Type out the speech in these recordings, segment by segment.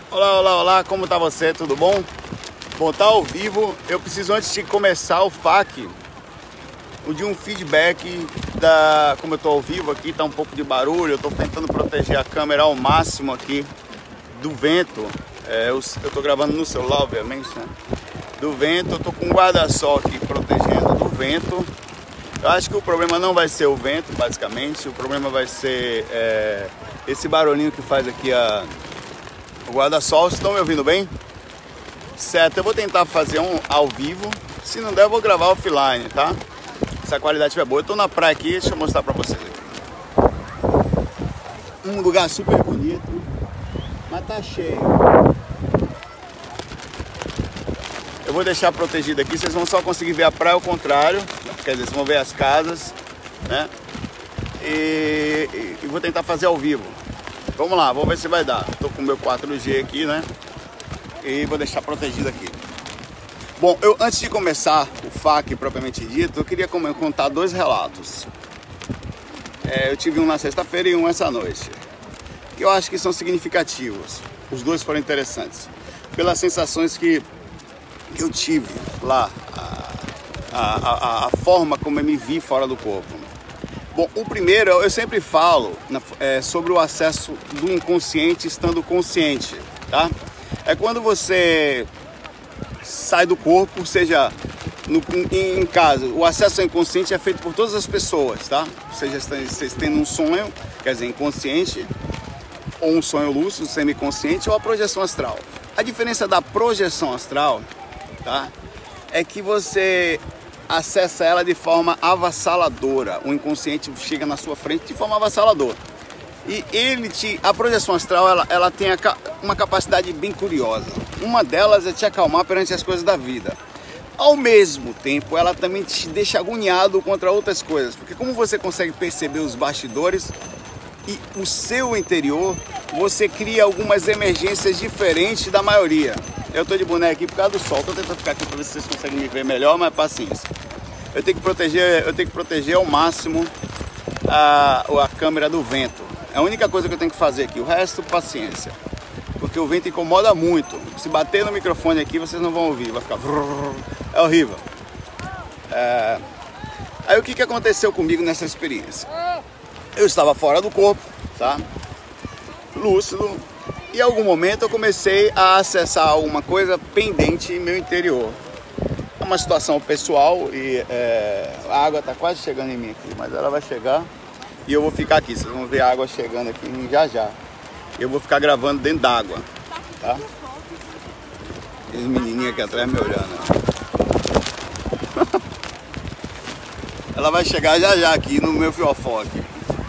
Olá, olá, olá, como tá você? Tudo bom? Bom, tá ao vivo. Eu preciso, antes de começar o FAQ, de um feedback como eu tô ao vivo aqui, tá um pouco de barulho, eu tô tentando proteger a câmera ao máximo aqui do vento. Eu tô gravando no celular, obviamente, né? Do vento, eu tô com um guarda-sol aqui protegendo do vento. Eu acho que o problema não vai ser o vento, basicamente. O problema vai ser esse barulhinho que faz aqui o guarda-sol. Vocês estão me ouvindo bem? Certo, eu vou tentar fazer um ao vivo. Se não der, eu vou gravar offline, tá? Se a qualidade estiver boa. Eu tô na praia aqui, deixa eu mostrar pra vocês aqui. Um lugar super bonito, mas tá cheio. Eu vou deixar protegido aqui, vocês vão só conseguir ver a praia ao contrário. Quer dizer, vocês vão ver as casas, né? E vou tentar fazer ao vivo. Vamos lá, vamos ver se vai dar. Tô com o meu 4G aqui, né? E vou deixar protegido aqui. Bom, antes de começar o FAQ propriamente dito, eu queria contar dois relatos. Eu tive um na sexta-feira e um essa noite, que eu acho que são significativos. Os dois foram interessantes, pelas sensações que eu tive lá, a forma como eu me vi fora do corpo. Bom, o primeiro, eu sempre falo sobre o acesso do inconsciente estando consciente, tá? É quando você sai do corpo, seja em casa, o acesso ao inconsciente é feito por todas as pessoas, tá? Seja vocês têm um sonho, quer dizer, inconsciente, ou um sonho lúcido, semiconsciente, ou a projeção astral. A diferença da projeção astral, tá? É que você acessa ela de forma avassaladora. O inconsciente chega na sua frente de forma avassaladora. E a projeção astral, ela tem uma capacidade bem curiosa. Uma delas é te acalmar perante as coisas da vida. Ao mesmo tempo, ela também te deixa agoniado contra outras coisas. Porque como você consegue perceber os bastidores e o seu interior, você cria algumas emergências diferentes da maioria. Eu tô de boné aqui por causa do sol. Tô tentando ficar aqui para ver se vocês conseguem me ver melhor, mas paciência. Eu tenho que proteger ao máximo a câmera do vento. É a única coisa que eu tenho que fazer aqui. O resto, paciência. Porque o vento incomoda muito. Se bater no microfone aqui, vocês não vão ouvir. Vai ficar... É horrível. Aí o que aconteceu comigo nessa experiência? Eu estava fora do corpo, tá? Lúcido. E em algum momento eu comecei a acessar alguma coisa pendente em meu interior. É uma situação pessoal e a água está quase chegando em mim aqui, mas ela vai chegar e eu vou ficar aqui. Vocês vão ver a água chegando aqui já já. Eu vou ficar gravando dentro d'água, tá? Esse menininho aqui atrás me olhando. Ela vai chegar já já aqui no meu fiofó aqui.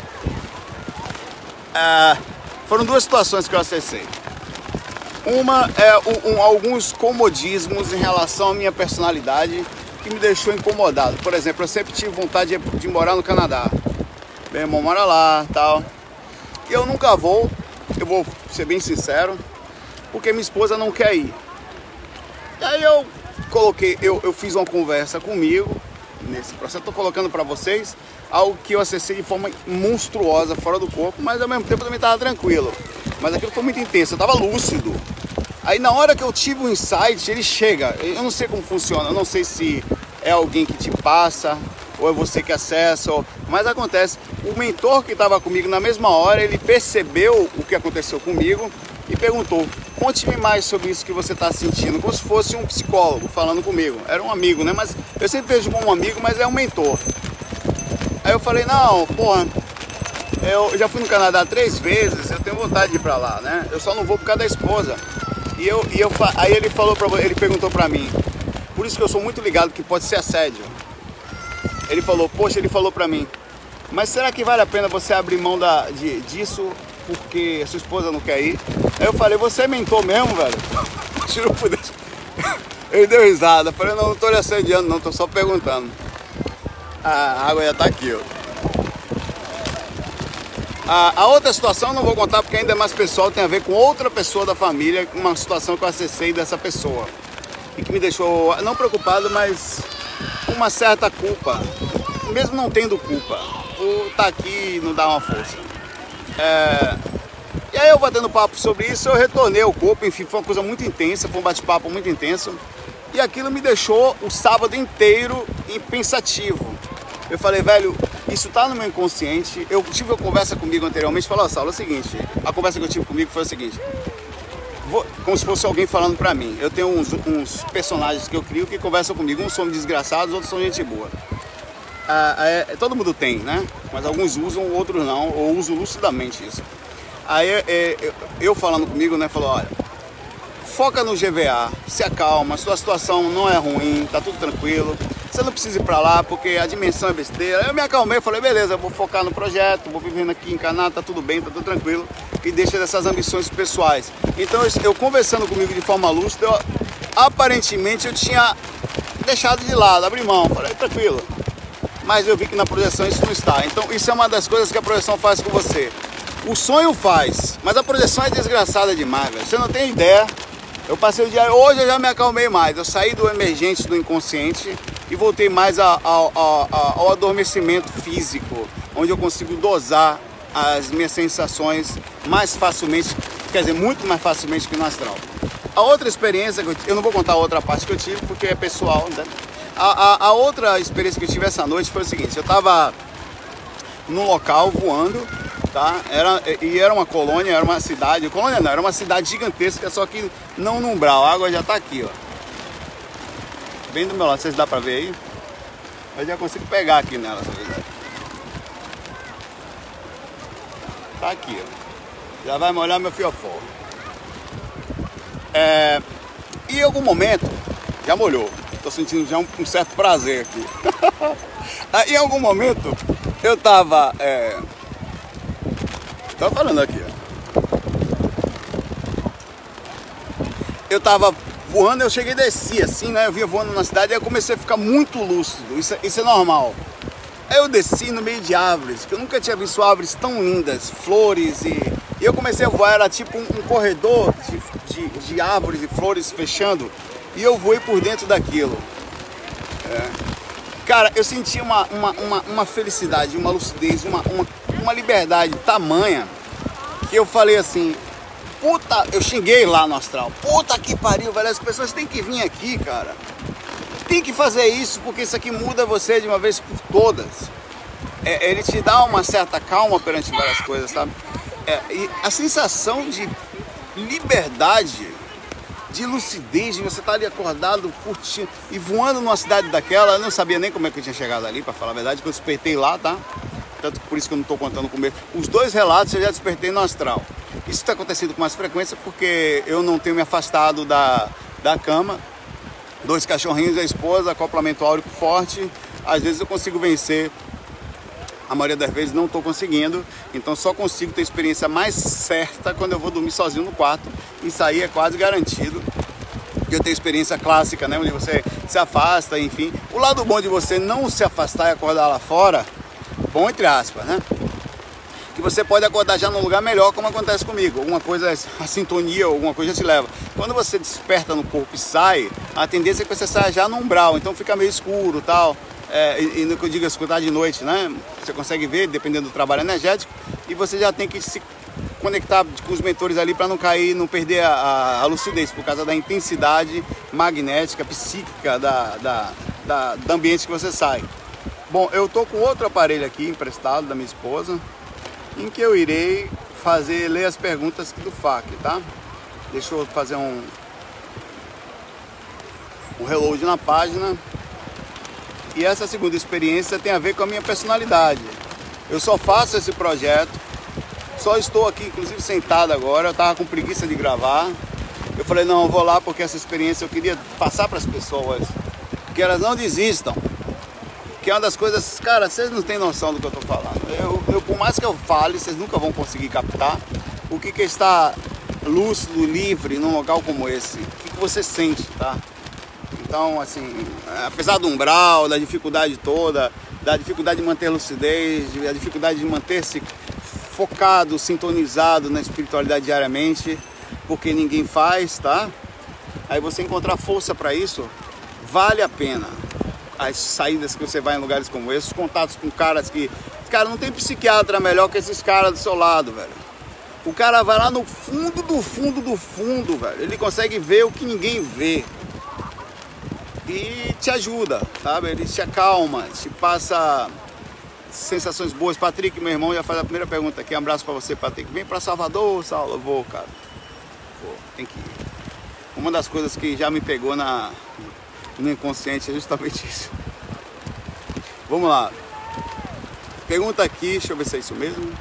Foram duas situações que eu acessei. Uma é alguns comodismos em relação à minha personalidade que me deixou incomodado. Por exemplo, eu sempre tive vontade de morar no Canadá. Meu irmão mora lá, tal. E eu nunca vou, eu vou ser bem sincero, porque minha esposa não quer ir. E aí eu fiz uma conversa comigo nesse processo. Eu tô colocando para vocês algo que eu acessei de forma monstruosa, fora do corpo, mas ao mesmo tempo eu também estava tranquilo. Mas aquilo foi muito intenso, eu estava lúcido. Aí na hora que eu tive um insight, ele chega. Eu não sei como funciona, eu não sei se é alguém que te passa, ou é você que acessa, mas acontece. O mentor que estava comigo na mesma hora, ele percebeu o que aconteceu comigo e perguntou: conte-me mais sobre isso que você está sentindo, como se fosse um psicólogo falando comigo. Era um amigo, né? Mas eu sempre vejo como um amigo, mas é um mentor. Aí eu falei: não, porra, eu já fui no Canadá 3 vezes, eu tenho vontade de ir pra lá, né? Eu só não vou por causa da esposa. Aí ele perguntou pra mim: por isso que eu sou muito ligado que pode ser assédio. Ele falou pra mim: mas será que vale a pena você abrir mão disso porque a sua esposa não quer ir? Aí eu falei: você é mentor mesmo, velho? Juro por Deus. Ele deu risada. Eu falei: não tô lhe assediando não, tô só perguntando. A água já tá aqui, ó. A outra situação eu não vou contar porque ainda é mais pessoal, tem a ver com outra pessoa da família, uma situação que eu acessei dessa pessoa e que me deixou não preocupado, mas com uma certa culpa, mesmo não tendo culpa, por estar aqui e não dar uma força. E aí eu batendo papo sobre isso, eu retornei ao corpo, enfim, foi uma coisa muito intensa, foi um bate-papo muito intenso. E aquilo me deixou o sábado inteiro pensativo. Eu falei, velho, isso tá no meu inconsciente. Eu tive uma conversa comigo anteriormente, falou, Saulo, é o seguinte, a conversa que eu tive comigo foi o seguinte, como se fosse alguém falando pra mim. Eu tenho uns personagens que eu crio que conversam comigo, uns são desgraçados, outros são gente boa. Todo mundo tem, né? Mas alguns usam, outros não, ou usam lucidamente isso. Aí eu falando comigo, né, falou, olha, foca no GVA, se acalma, sua situação não é ruim, tá tudo tranquilo, você não precisa ir pra lá porque a dimensão é besteira. Eu me acalmei, falei, beleza, eu vou focar no projeto, vou vivendo aqui encanado, tá tudo bem, tá tudo tranquilo, e deixa dessas ambições pessoais. Então eu conversando comigo de forma lúcida, aparentemente eu tinha deixado de lado, abri mão, falei, tranquilo. Mas eu vi que na projeção isso não está. Então isso é uma das coisas que a projeção faz com você. O sonho faz, mas a projeção é desgraçada demais, velho. Você não tem ideia. Eu passei o dia, hoje eu já me acalmei mais. Eu saí do emergente, do inconsciente e voltei mais ao adormecimento físico, onde eu consigo dosar as minhas sensações mais facilmente, quer dizer, muito mais facilmente que no astral. A outra experiência, eu não vou contar a outra parte que eu tive porque é pessoal, né? A outra experiência que eu tive essa noite foi o seguinte, eu estava num local voando, tá? Era uma colônia, era uma cidade, colônia não, era uma cidade gigantesca, só que não no umbral, a água já está aqui, ó. Bem do meu lado, vocês dá pra ver aí? Eu já consigo pegar aqui nela, essa vez. Tá aqui, ó. Já vai molhar meu fiofó. Em algum momento, já molhou. Tô sentindo já um certo prazer aqui. Em algum momento, eu tava... Tô falando aqui, ó. Eu tava voando, eu cheguei e desci assim, né? Eu vinha voando na cidade e eu comecei a ficar muito lúcido. Isso é normal. Aí eu desci no meio de árvores, que eu nunca tinha visto árvores tão lindas, flores e eu comecei a voar, era tipo um corredor de árvores e flores fechando e eu voei por dentro daquilo. Cara, eu senti uma felicidade, uma lucidez, uma liberdade tamanha que eu falei assim, puta, eu xinguei lá no astral, puta que pariu, velho, as pessoas têm que vir aqui, cara. Tem que fazer isso porque isso aqui muda você de uma vez por todas. Ele te dá uma certa calma perante várias coisas, sabe? E a sensação de liberdade, de lucidez, de você estar ali acordado, curtindo e voando numa cidade daquela. Eu não sabia nem como é que eu tinha chegado ali, para falar a verdade, que eu despertei lá, tá? Tanto por isso que eu não estou contando com medo. Os dois relatos eu já despertei no astral. Isso está acontecendo com mais frequência porque eu não tenho me afastado da cama. 2 cachorrinhos e a esposa, acoplamento áurico forte. Às vezes eu consigo vencer, a maioria das vezes não estou conseguindo. Então só consigo ter experiência mais certa quando eu vou dormir sozinho no quarto. Isso aí é quase garantido. Eu tenho experiência clássica, né, onde você se afasta, enfim. O lado bom de você não se afastar e acordar lá fora, bom entre aspas, né? Que você pode acordar já num lugar melhor, como acontece comigo. Alguma coisa, a sintonia, alguma coisa te leva. Quando você desperta no corpo e sai, a tendência é que você saia já no umbral, então fica meio escuro e tal. E no que eu digo, escutar de noite, né? Você consegue ver, dependendo do trabalho energético, e você já tem que se conectar com os mentores ali para não cair, não perder a lucidez, por causa da intensidade magnética, psíquica do ambiente que você sai. Bom, eu tô com outro aparelho aqui emprestado da minha esposa, em que eu irei ler as perguntas do FAQ, tá? Deixa eu fazer um reload na página. E essa segunda experiência tem a ver com a minha personalidade. Eu só faço esse projeto, só estou aqui, inclusive sentado agora, eu tava com preguiça de gravar. Eu falei, não, eu vou lá porque essa experiência eu queria passar para as pessoas, que elas não desistam. Que é uma das coisas, cara, vocês não têm noção do que eu tô falando. Por mais que eu fale, vocês nunca vão conseguir captar o que é estar lúcido, livre, num local como esse. O que você sente, tá? Então, assim, apesar do umbral, da dificuldade toda, da dificuldade de manter a lucidez, da dificuldade de manter-se focado, sintonizado na espiritualidade diariamente, porque ninguém faz, tá? Aí você encontrar força para isso, vale a pena. As saídas que você vai em lugares como esse, os contatos com caras que... Cara, não tem psiquiatra melhor que esses caras do seu lado, velho. O cara vai lá no fundo do fundo do fundo, velho. Ele consegue ver o que ninguém vê. E te ajuda, sabe? Ele te acalma, te passa sensações boas. Patrick, meu irmão, já faz a primeira pergunta aqui. Um abraço pra você, Patrick. Vem pra Salvador, Saulo. Eu vou, cara. Vou, tem que ir. Uma das coisas que já me pegou no inconsciente é justamente isso. Vamos lá. Pergunta aqui, deixa eu ver se é isso mesmo.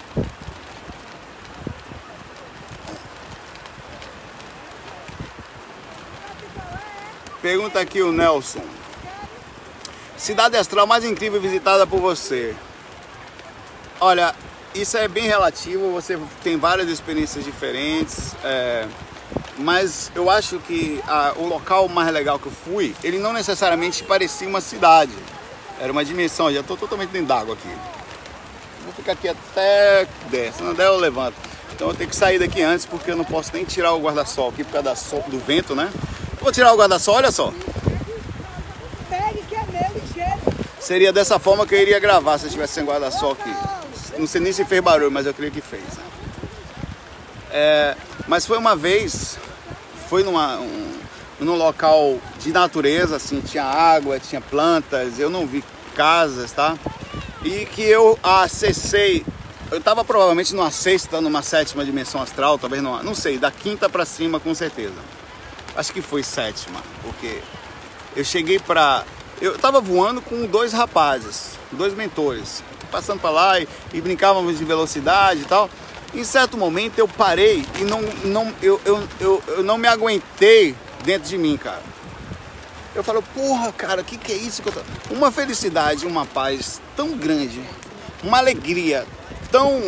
Pergunta aqui o Nelson. Cidade astral mais incrível visitada por você? Olha, isso é bem relativo, você tem várias experiências diferentes, mas eu acho que o local mais legal que eu fui, ele não necessariamente parecia uma cidade, era uma dimensão. Eu já estou totalmente dentro d'água aqui. Vou ficar aqui até 10, se não der eu levanto. Então eu tenho que sair daqui antes, porque eu não posso nem tirar o guarda-sol aqui por causa do vento, né? Vou tirar o guarda-sol, olha só. Pegue que é meu, enxerga. Seria dessa forma que eu iria gravar se eu tivesse sem guarda-sol aqui. Não sei nem se fez barulho, mas eu creio que fez. Mas foi uma vez, foi num local de natureza, assim, tinha água, tinha plantas, eu não vi casas, tá? E que eu acessei, eu estava provavelmente numa sexta, numa sétima dimensão astral, talvez não sei, da quinta para cima com certeza. Acho que foi sétima, porque eu cheguei eu tava voando com dois rapazes, dois mentores, passando para lá e brincávamos de velocidade e tal. Em certo momento eu parei e eu não me aguentei dentro de mim, cara. Eu falo, porra, cara, que é isso que eu tô... Uma felicidade, uma paz tão grande, uma alegria tão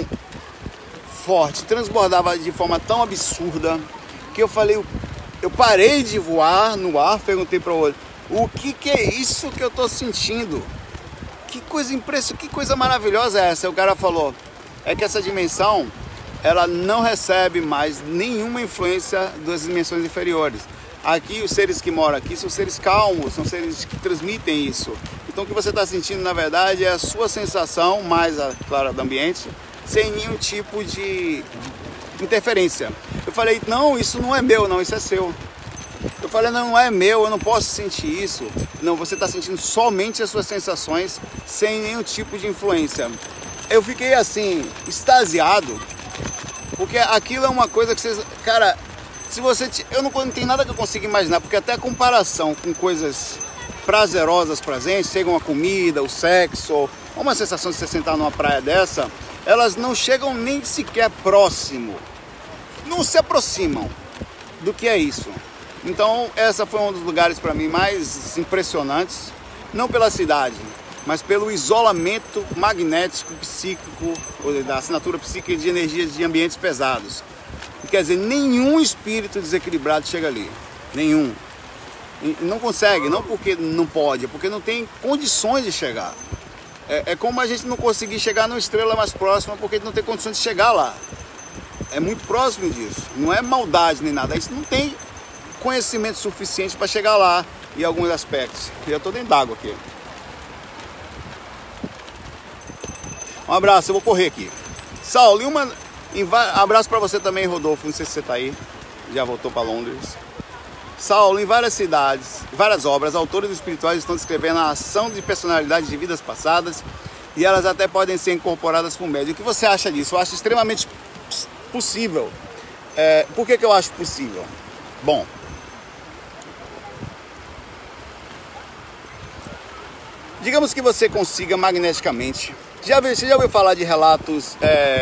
forte, transbordava de forma tão absurda, que eu falei, eu parei de voar no ar, perguntei para o olho, o que é isso que eu tô sentindo? Que coisa impressionante, que coisa maravilhosa é essa? O cara falou, é que essa dimensão, ela não recebe mais nenhuma influência das dimensões inferiores. Aqui, os seres que moram aqui são seres calmos, são seres que transmitem isso. Então, o que você está sentindo, na verdade, é a sua sensação, mais a clara do ambiente, sem nenhum tipo de interferência. Eu falei, não, isso não é meu, não, isso é seu. Eu falei, não é meu, eu não posso sentir isso. Não, você está sentindo somente as suas sensações, sem nenhum tipo de influência. Eu fiquei assim, extasiado, porque aquilo é uma coisa que vocês... Cara, se você... Eu não tem nada que eu consiga imaginar, porque até a comparação com coisas prazerosas pra gente, seja uma comida, o sexo, ou uma sensação de você sentar numa praia dessa, elas não chegam nem sequer próximo, não se aproximam do que é isso. Então essa foi um dos lugares para mim mais impressionantes, não pela cidade, mas pelo isolamento magnético psíquico, ou da assinatura psíquica de energias de ambientes pesados. Quer dizer, nenhum espírito desequilibrado chega ali, nenhum. E não consegue, não porque não pode, é porque não tem condições de chegar. É como a gente não conseguir chegar numa estrela mais próxima porque a gente não tem condições de chegar lá. É muito próximo disso, não é maldade nem nada, a gente não tem conhecimento suficiente para chegar lá em alguns aspectos. Eu estou dentro d'água aqui. Um abraço, eu vou correr aqui. Saulo, abraço para você também, Rodolfo, não sei se você está aí, já voltou para Londres. Saulo, em várias cidades, várias obras, autores espirituais estão descrevendo a ação de personalidades de vidas passadas e elas até podem ser incorporadas por médium. O que você acha disso? Eu acho extremamente possível. Por que eu acho possível? Bom, digamos que você consiga magneticamente. Você já ouviu falar de relatos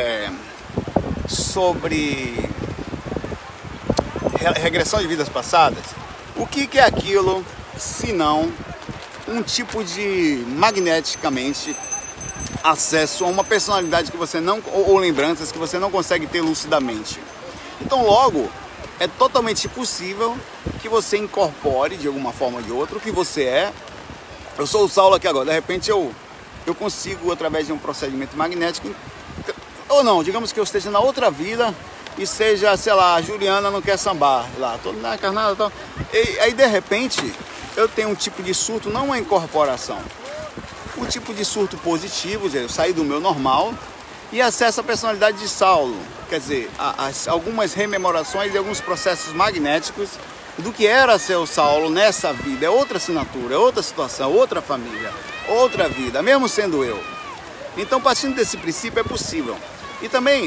sobre regressão de vidas passadas? O que é aquilo, se não um tipo de magneticamente acesso a uma personalidade que você não, ou lembranças que você não consegue ter lucidamente? Então logo é totalmente possível que você incorpore de alguma forma ou de outra o que você é. Eu sou o Saulo aqui agora, de repente eu consigo, através de um procedimento magnético, ou não, digamos que eu esteja na outra vida e seja, sei lá, a Juliana não quer sambar lá, tô na encarnada e tal. E aí de repente eu tenho um tipo de surto, não uma incorporação, um tipo de surto positivo, eu saí do meu normal e acessa a personalidade de Saulo, quer dizer, algumas rememorações e alguns processos magnéticos do que era ser o Saulo nessa vida. É outra assinatura, é outra situação, outra família, outra vida, mesmo sendo eu. Então, partindo desse princípio, é possível. E também,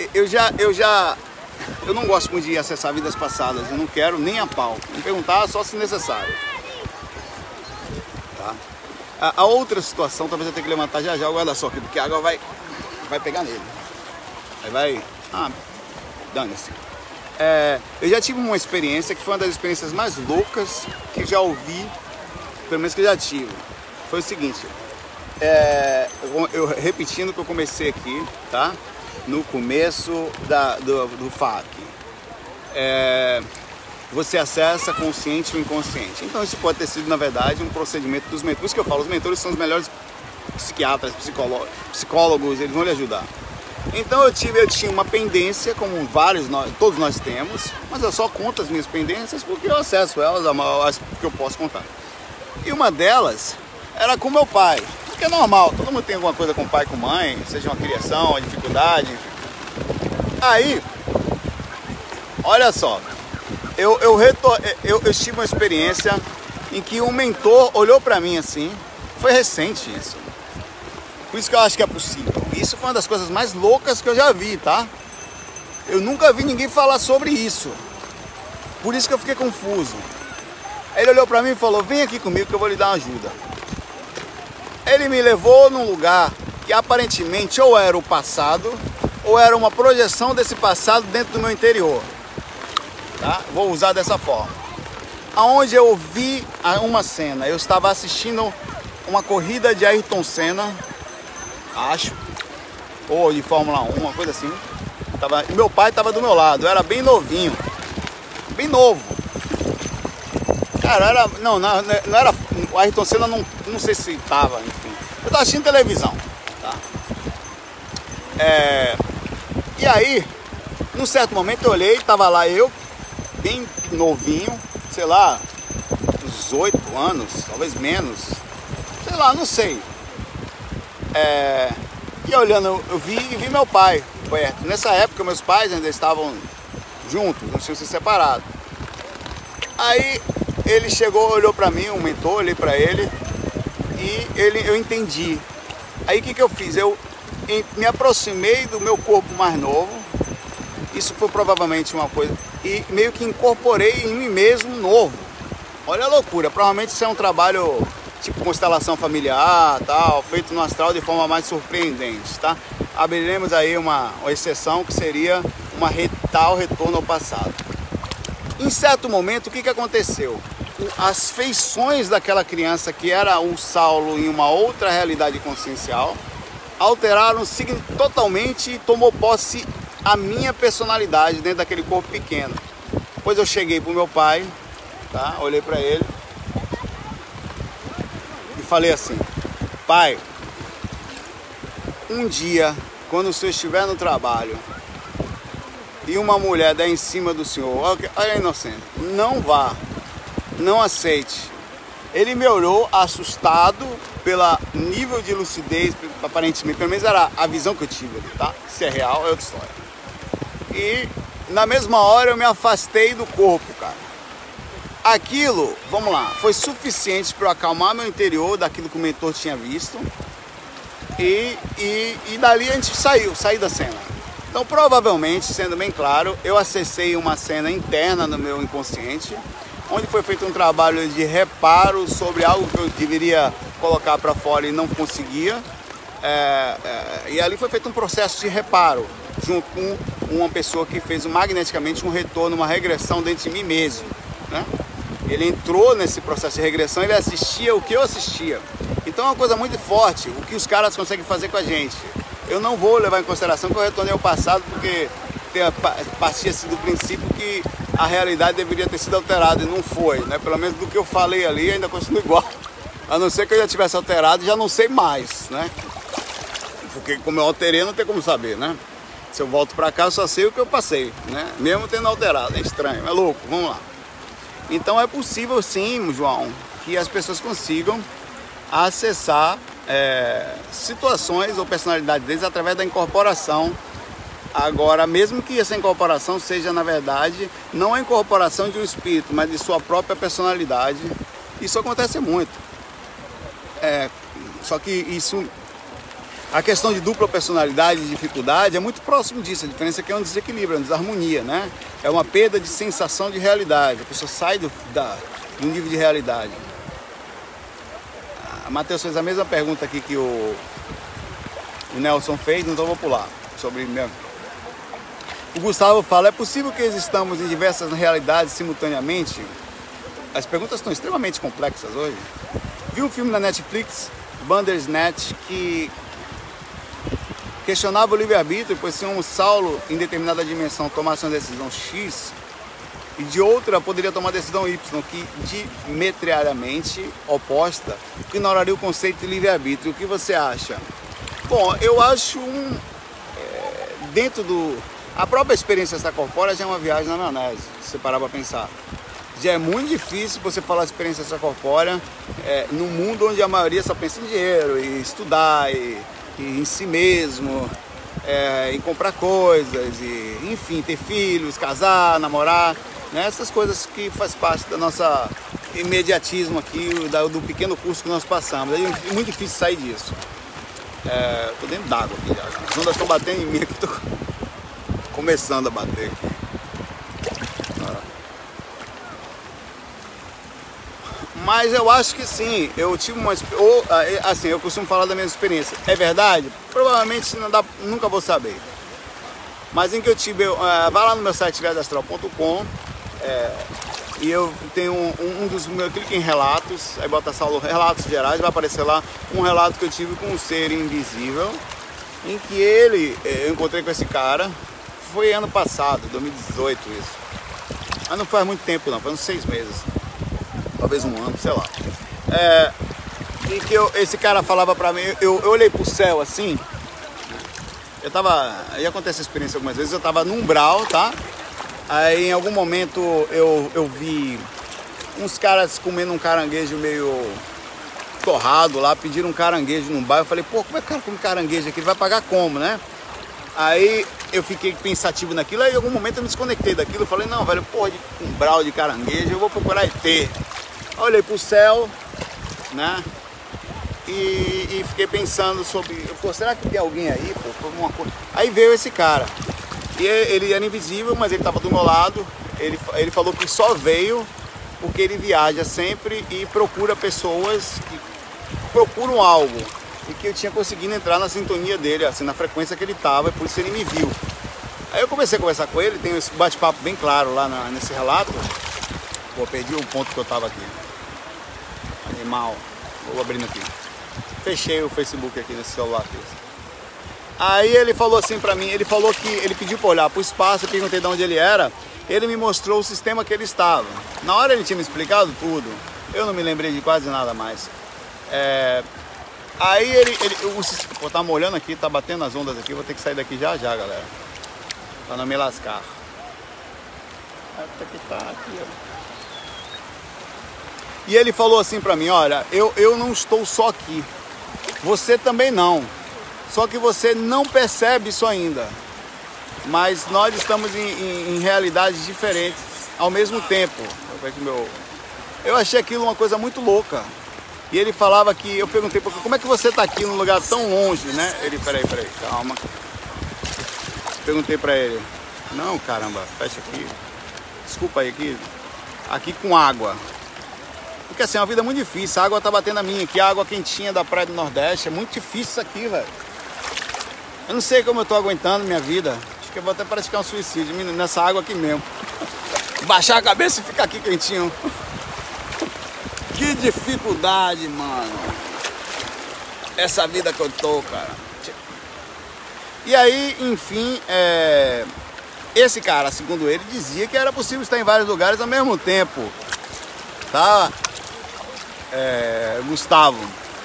eu não gosto muito de acessar vidas passadas, eu não quero nem a pau. Me perguntar só se necessário. Tá? A outra situação, talvez eu tenha que levantar já o guarda-sol aqui, porque a água vai pegar nele. Aí vai... dane-se. Eu já tive uma experiência que foi uma das experiências mais loucas que já ouvi, pelo menos que eu já tive. Foi o seguinte, eu repetindo que eu comecei aqui, tá? No começo do FAQ. Você acessa consciente ou inconsciente. Então isso pode ter sido, na verdade, um procedimento dos mentores. Por isso que eu falo, os mentores são os melhores psiquiatras, psicólogos, eles vão lhe ajudar. Então eu tinha uma pendência, como todos nós temos, mas eu só conto as minhas pendências porque eu acesso elas, as que eu posso contar. E uma delas era com meu pai, porque é normal, todo mundo tem alguma coisa com pai e com mãe, seja uma criação, uma dificuldade, enfim. Aí, olha só, eu tive uma experiência em que um mentor olhou pra mim assim, foi recente isso. Por isso que eu acho que é possível. Isso foi uma das coisas mais loucas que eu já vi, tá? Eu nunca vi ninguém falar sobre isso. Por isso que eu fiquei confuso. Ele olhou pra mim e falou, vem aqui comigo que eu vou lhe dar uma ajuda. Ele me levou num lugar que aparentemente ou era o passado, ou era uma projeção desse passado dentro do meu interior. Tá? Vou usar dessa forma. Aonde eu vi uma cena, eu estava assistindo uma corrida de Ayrton Senna, acho, ou de Fórmula 1, uma coisa assim. Meu pai estava do meu lado, eu era bem novinho, bem novo. Cara, não era, o Ayrton Senna não sei se estava, enfim. Eu estava assistindo televisão, tá? E aí, num certo momento eu olhei, estava lá eu, bem novinho, sei lá, uns 8 anos, talvez menos, sei lá, não sei. E olhando, eu vi meu pai perto. Nessa época meus pais ainda estavam juntos, não tinham se separado. Aí ele chegou, olhou pra mim, um mentor, olhei pra ele e eu entendi. Aí o que eu fiz? Eu me aproximei do meu corpo mais novo, isso foi provavelmente uma coisa, e meio que incorporei em mim mesmo novo. Olha a loucura, provavelmente isso é um trabalho tipo constelação familiar, tal, feito no astral de forma mais surpreendente, tá? Abriremos aí uma exceção que seria tal retorno ao passado. Em certo momento, o que aconteceu? As feições daquela criança que era o Saulo em uma outra realidade consciencial alteraram-se totalmente e tomou posse a minha personalidade dentro daquele corpo pequeno. Depois eu cheguei pro meu pai, tá? Olhei para ele e falei assim: pai, um dia, quando o senhor estiver no trabalho e uma mulher der em cima do senhor, olha inocente, não vá, não aceite. Ele me olhou assustado pelo nível de lucidez, aparentemente, pelo menos era a visão que eu tive ali, tá? Se é real, é outra história. E na mesma hora eu me afastei do corpo, cara. Aquilo, vamos lá, foi suficiente para eu acalmar meu interior daquilo que o mentor tinha visto. E dali a gente saí da cena. Então, provavelmente, sendo bem claro, eu acessei uma cena interna no meu inconsciente, onde foi feito um trabalho de reparo sobre algo que eu deveria colocar para fora e não conseguia. E ali foi feito um processo de reparo, junto com uma pessoa que fez magneticamente um retorno, uma regressão dentro de mim mesmo, né? Ele entrou nesse processo de regressão, ele assistia o que eu assistia. Então é uma coisa muito forte, o que os caras conseguem fazer com a gente. Eu não vou levar em consideração que eu retornei ao passado, porque partia-se do princípio que a realidade deveria ter sido alterada e não foi, né? Pelo menos do que eu falei ali ainda continua igual. A não ser que eu já tivesse alterado, já não sei mais, né? Porque como eu alterei, não tem como saber, né? Se eu volto pra cá, eu só sei o que eu passei, né? Mesmo tendo alterado, é estranho, é louco, vamos lá. Então é possível sim, João, que as pessoas consigam acessar situações ou personalidades deles através da incorporação. Agora, mesmo que essa incorporação seja, na verdade, não a incorporação de um espírito, mas de sua própria personalidade, isso acontece muito. Só que isso, a questão de dupla personalidade e dificuldade é muito próximo disso. A diferença é que é um desequilíbrio, uma desarmonia, né? É uma perda de sensação de realidade. A pessoa sai do nível de realidade. A Matheus fez a mesma pergunta aqui que o Nelson fez, então eu vou pular sobre mesmo. O Gustavo fala: é possível que existamos em diversas realidades simultaneamente? As perguntas estão extremamente complexas hoje. Vi um filme na Netflix, Bandersnatch, que questionava o livre-arbítrio, pois se um Saulo em determinada dimensão tomasse uma decisão X e de outra poderia tomar a decisão Y, que diametralmente oposta, que ignoraria o conceito de livre-arbítrio. O que você acha? Bom, eu acho dentro do... A própria experiência extracorpórea já é uma viagem na maionese, se você parar para pensar. Já é muito difícil você falar de experiência extracorpórea num mundo onde a maioria só pensa em dinheiro, e estudar, e em si mesmo, em comprar coisas, e, enfim, ter filhos, casar, namorar, né? Essas coisas que faz parte da nossa imediatismo aqui, do pequeno curso que nós passamos. É muito difícil sair disso. Tô dentro d'água aqui já. As ondas estão batendo em mim aqui, tô começando a bater aqui. Mas eu acho que sim, eu tive uma... assim, eu costumo falar da minha experiência. É verdade? Provavelmente nunca vou saber. Mas em que eu tive... vai lá no meu site viagemastral.com e eu tenho um dos meus... Clique em relatos, aí bota Saulo relatos gerais, vai aparecer lá um relato que eu tive com um ser invisível, em que eu encontrei com esse cara. Foi ano passado, 2018 isso. Mas não faz muito tempo não, faz uns 6 meses. Talvez um ano, sei lá. E que esse cara falava pra mim, eu olhei pro céu assim, aí acontece essa experiência algumas vezes, eu tava num umbral, tá? Aí em algum momento eu vi uns caras comendo um caranguejo meio torrado lá, pediram um caranguejo num bar, eu falei, pô, como é que o cara come caranguejo aqui? Ele vai pagar como, né? Aí eu fiquei pensativo naquilo, aí em algum momento eu me desconectei daquilo, eu falei, não, velho, porra de umbral de caranguejo, eu vou procurar ET. Olhei pro céu, né? E fiquei pensando sobre, pô, será que tem alguém aí, pô, por alguma coisa? Aí veio esse cara. E ele era invisível, mas ele estava do meu lado. Ele falou que só veio porque ele viaja sempre e procura pessoas que procuram algo. E que eu tinha conseguido entrar na sintonia dele, assim, na frequência que ele estava, e por isso ele me viu. Aí eu comecei a conversar com ele, tem esse bate-papo bem claro lá nesse relato. Pô, perdi o ponto que eu estava aqui. Animal. Vou abrindo aqui. Fechei o Facebook aqui nesse celular aqui. Aí ele falou assim pra mim, ele falou que ele pediu pra olhar pro espaço, eu perguntei de onde ele era, ele me mostrou o sistema que ele estava. Na hora ele tinha me explicado tudo, eu não me lembrei de quase nada mais. Aí pô, tá molhando aqui, tá batendo as ondas aqui, vou ter que sair daqui já já, galera. Pra não me lascar. Aqui, ó. E ele falou assim pra mim, olha, eu não estou só aqui, você também não. Só que você não percebe isso ainda. Mas nós estamos em realidades diferentes ao mesmo tempo. Eu achei aquilo uma coisa muito louca. E ele falava que, eu perguntei, como é que você está aqui num lugar tão longe, né? Ele, peraí, calma. Perguntei pra ele, não, caramba, fecha aqui. Desculpa aí, aqui com água. Porque assim, é uma vida muito difícil, a água tá batendo a minha aqui, a água quentinha da praia do Nordeste, é muito difícil isso aqui, velho. Eu não sei como eu tô aguentando minha vida, acho que eu vou até praticar um suicídio nessa água aqui mesmo. Baixar a cabeça e ficar aqui quentinho. Que dificuldade, mano. Essa vida que eu tô, cara. E aí, enfim, esse cara, segundo ele, dizia que era possível estar em vários lugares ao mesmo tempo. Tá? Gustavo.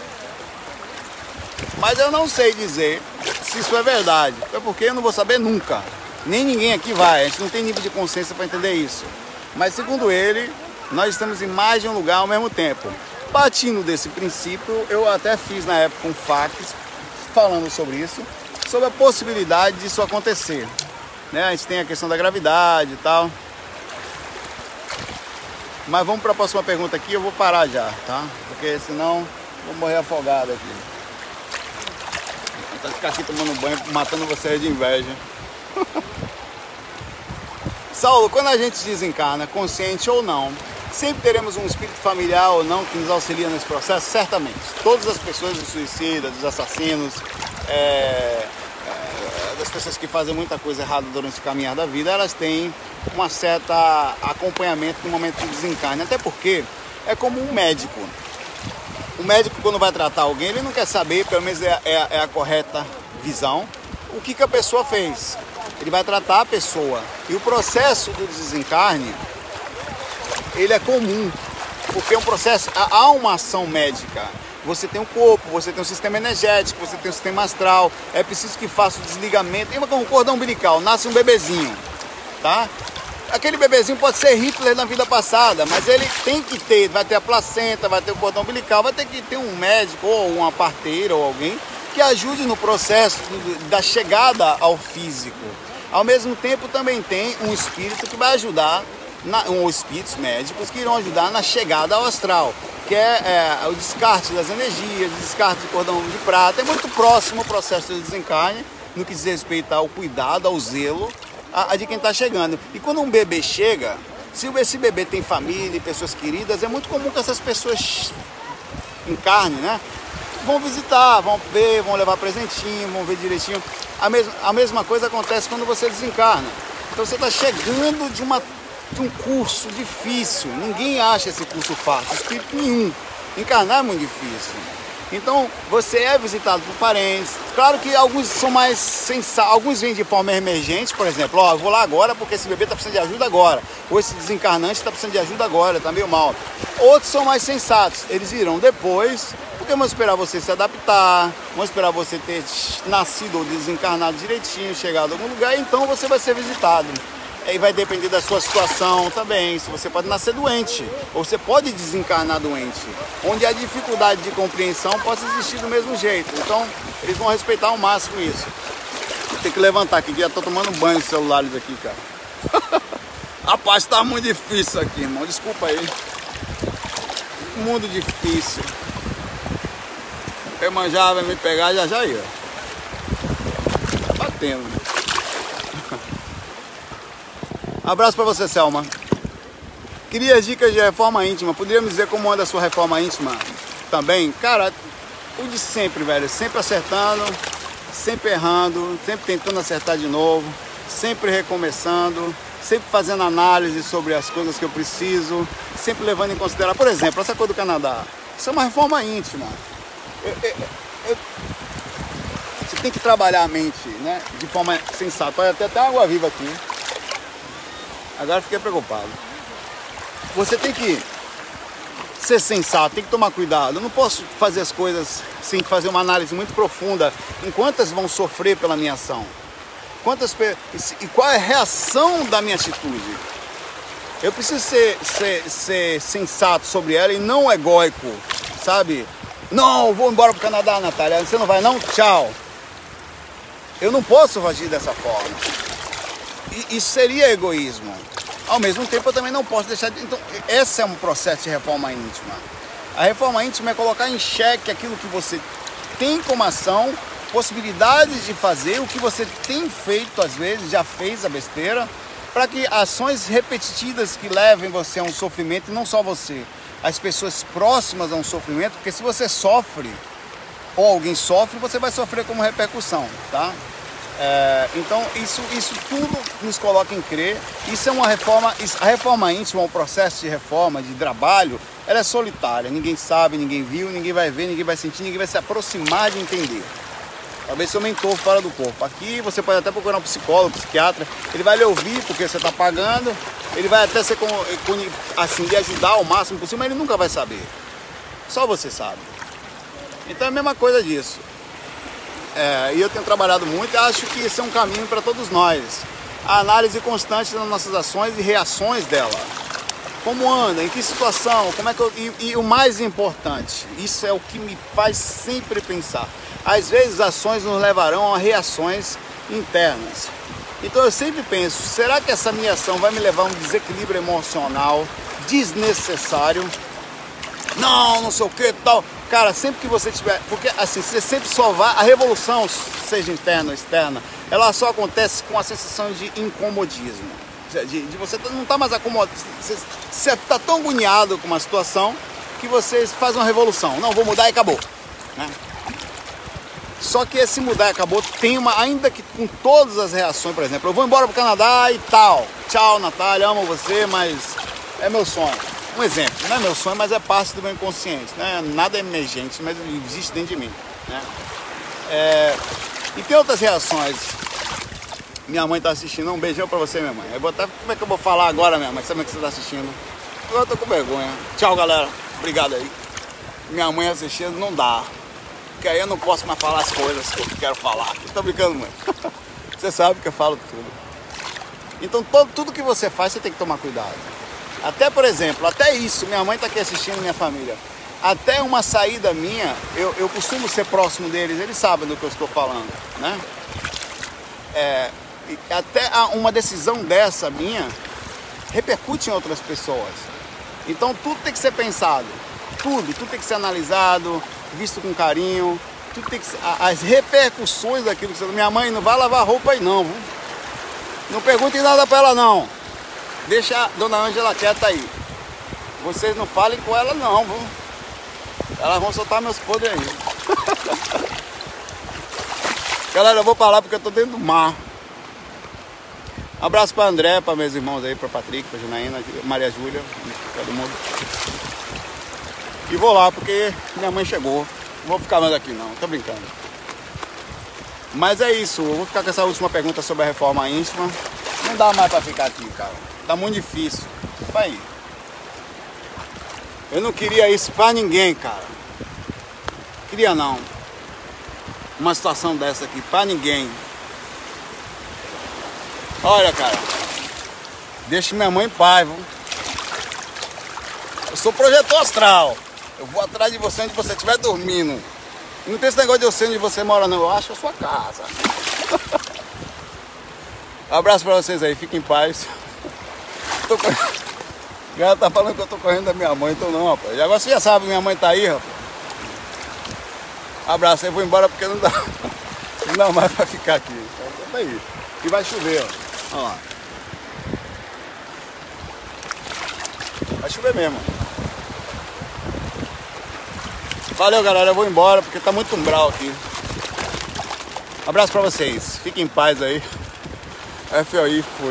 Mas eu não sei dizer se isso é verdade. É porque eu não vou saber nunca. Nem ninguém aqui vai. A gente não tem nível de consciência para entender isso. Mas segundo ele, nós estamos em mais de um lugar ao mesmo tempo. Partindo desse princípio, eu até fiz na época um fax falando sobre isso, sobre a possibilidade disso acontecer, né? A gente tem a questão da gravidade e tal. Mas vamos para a próxima pergunta aqui, eu vou parar já, tá? Porque senão vou morrer afogado aqui. Vou ficar aqui tomando banho, matando você de inveja. Saulo, quando a gente desencarna, consciente ou não, sempre teremos um espírito familiar ou não que nos auxilia nesse processo? Certamente. Todas as pessoas dos suicidas, dos assassinos, das pessoas que fazem muita coisa errada durante o caminhar da vida, elas têm uma certa acompanhamento no momento do desencarne. Até porque é como um médico. O médico, quando vai tratar alguém, ele não quer saber, pelo menos é a correta visão, o que a pessoa fez. Ele vai tratar a pessoa. E o processo do desencarne, ele é comum, porque é um processo, há uma ação médica. Você tem um corpo, você tem um sistema energético, você tem um sistema astral. É preciso que faça o desligamento. Tem um cordão umbilical, nasce um bebezinho, tá? Aquele bebezinho pode ser Hitler na vida passada, mas ele tem que ter, vai ter a placenta, vai ter o cordão umbilical, vai ter que ter um médico ou uma parteira ou alguém que ajude no processo da chegada ao físico. Ao mesmo tempo também tem um espírito que vai ajudar, ou espíritos médicos que irão ajudar na chegada ao astral, que é o descarte das energias, o descarte do cordão de prata. É muito próximo o processo do desencarne, no que diz respeito ao cuidado, ao zelo de quem está chegando. E quando um bebê chega, se esse bebê tem família e pessoas queridas, é muito comum que essas pessoas em carne, né, vão visitar, vão ver, vão levar presentinho, vão ver direitinho. A mesma coisa acontece quando você desencarna. Então você está chegando de um curso difícil. Ninguém acha esse curso fácil, espírito nenhum. Encarnar é muito difícil. Então você é visitado por parentes. Claro que alguns são mais sensatos, alguns vêm de forma emergente, por exemplo, eu vou lá agora porque esse bebê está precisando de ajuda agora, ou esse desencarnante está precisando de ajuda agora, está meio mal. Outros são mais sensatos, eles irão depois, porque vão esperar você se adaptar, vão esperar você ter nascido ou desencarnado direitinho, chegado a algum lugar, então você vai ser visitado. Aí vai depender da sua situação também, se você pode nascer doente, ou você pode desencarnar doente, onde a dificuldade de compreensão possa existir do mesmo jeito. Então, eles vão respeitar ao máximo isso. Tem que levantar aqui, já estou tomando banho nos celulares aqui, cara. Rapaz, tá muito difícil aqui, irmão, desculpa aí. Muito difícil. Eu manjar, vai me pegar já ia. Tá batendo. Abraço pra você, Selma. Queria dicas de reforma íntima. Poderia me dizer como anda a sua reforma íntima também? Cara, o de sempre, velho. Sempre acertando, sempre errando, sempre tentando acertar de novo, sempre recomeçando, sempre fazendo análise sobre as coisas que eu preciso, sempre levando em consideração. Por exemplo, essa coisa do Canadá. Isso é uma reforma íntima. Você tem que trabalhar a mente, né, de forma sensata. Olha, tem até água viva aqui. Agora fiquei preocupado. Você tem que ser sensato, tem que tomar cuidado. Eu não posso fazer as coisas sem fazer uma análise muito profunda em quantas vão sofrer pela minha ação. E qual é a reação da minha atitude. Eu preciso ser sensato sobre ela e não egóico, sabe? Não, vou embora pro Canadá, Natália. Você não vai não? Tchau. Eu não posso agir dessa forma. Isso seria egoísmo. Ao mesmo tempo, eu também não posso deixar de... Então, esse é um processo de reforma íntima. A reforma íntima é colocar em xeque aquilo que você tem como ação, possibilidades de fazer, o que você tem feito, às vezes, já fez a besteira, para que ações repetitivas que levem você a um sofrimento, e não só você, as pessoas próximas a um sofrimento, porque se você sofre, ou alguém sofre, você vai sofrer como repercussão, tá? Então isso tudo nos coloca em crer. Isso é uma reforma, a reforma íntima, o processo de reforma, de trabalho, ela é solitária, ninguém sabe, ninguém viu, ninguém vai ver, ninguém vai sentir, ninguém vai se aproximar de entender. Talvez seu mentor fora do corpo. Aqui você pode até procurar um psicólogo, um psiquiatra, ele vai lhe ouvir porque você está pagando, ele vai até ser assim, lhe ajudar ao máximo possível, mas ele nunca vai saber. Só você sabe. Então é a mesma coisa disso. E eu tenho trabalhado muito e acho que esse é um caminho para todos nós. A análise constante das nossas ações e reações dela. Como anda? Em que situação? Como é que eu... E o mais importante, isso é o que me faz sempre pensar. Às vezes ações nos levarão a reações internas. Então eu sempre penso, será que essa minha ação vai me levar a um desequilíbrio emocional desnecessário? Não sei o que tal. Cara, sempre que você tiver... Porque assim, você sempre só vai... A revolução, seja interna ou externa, ela só acontece com a sensação de incomodismo. De você não estar mais acomodado, você está tão agoniado com uma situação que você faz uma revolução. Não, vou mudar e acabou, né? Só que esse mudar e acabou tem uma, ainda que com todas as reações, por exemplo, eu vou embora para o Canadá e tal. Tchau, Natália, amo você, mas é meu sonho. Um exemplo, não é meu sonho, mas é parte do meu inconsciente, né? Nada é emergente, mas existe dentro de mim, né? E tem outras reações. Minha mãe tá assistindo, um beijão pra você, minha mãe. Como é que eu vou falar agora, minha mãe, sabendo que você tá assistindo? Agora eu tô com vergonha. Tchau, galera. Obrigado aí. Minha mãe assistindo, não dá. Porque aí eu não posso mais falar as coisas que eu quero falar. Você tá brincando, mãe? Você sabe que eu falo tudo. Então, tudo que você faz, você tem que tomar cuidado. Até, por exemplo, até isso, minha mãe tá aqui assistindo, minha família. Até uma saída minha, eu costumo ser próximo deles, eles sabem do que eu estou falando, né? Até uma decisão dessa minha repercute em outras pessoas. Então tudo tem que ser pensado, tudo tem que ser analisado, visto com carinho, tudo tem que ser, as repercussões daquilo que você... Minha mãe não vai lavar roupa aí não, viu? Não perguntem nada pra ela não, deixa a dona Ângela quieta aí, vocês não falem com ela não, viu? Elas vão soltar meus podres aí. Galera, eu vou parar porque eu tô dentro do mar. Um abraço para André, para meus irmãos aí, para Patrick, para Janaína, Maria Júlia, todo mundo. E vou lá porque minha mãe chegou. Não vou ficar mais aqui não, tô brincando. Mas é isso, eu vou ficar com essa última pergunta sobre a reforma íntima. Não dá mais para ficar aqui, cara. Tá muito difícil. Vai. Eu não queria isso para ninguém, cara. Queria não. Uma situação dessa aqui, para ninguém. Olha, cara, deixa minha mãe em paz, viu? Eu sou projetor astral. Eu vou atrás de você onde você estiver dormindo. Não tem esse negócio de eu sei onde você mora, não. Eu acho a sua casa. Um abraço pra vocês aí, fiquem em paz. Ela tá falando que eu tô correndo da minha mãe, então não, rapaz. E agora você já sabe, minha mãe tá aí, rapaz. Abraço, eu vou embora porque não dá mais pra ficar aqui. Então tá aí. E vai chover, ó. Olha lá. Vai chover mesmo. Valeu, galera. Eu vou embora porque tá muito umbral aqui. Abraço pra vocês. Fiquem em paz aí. FOI, fui.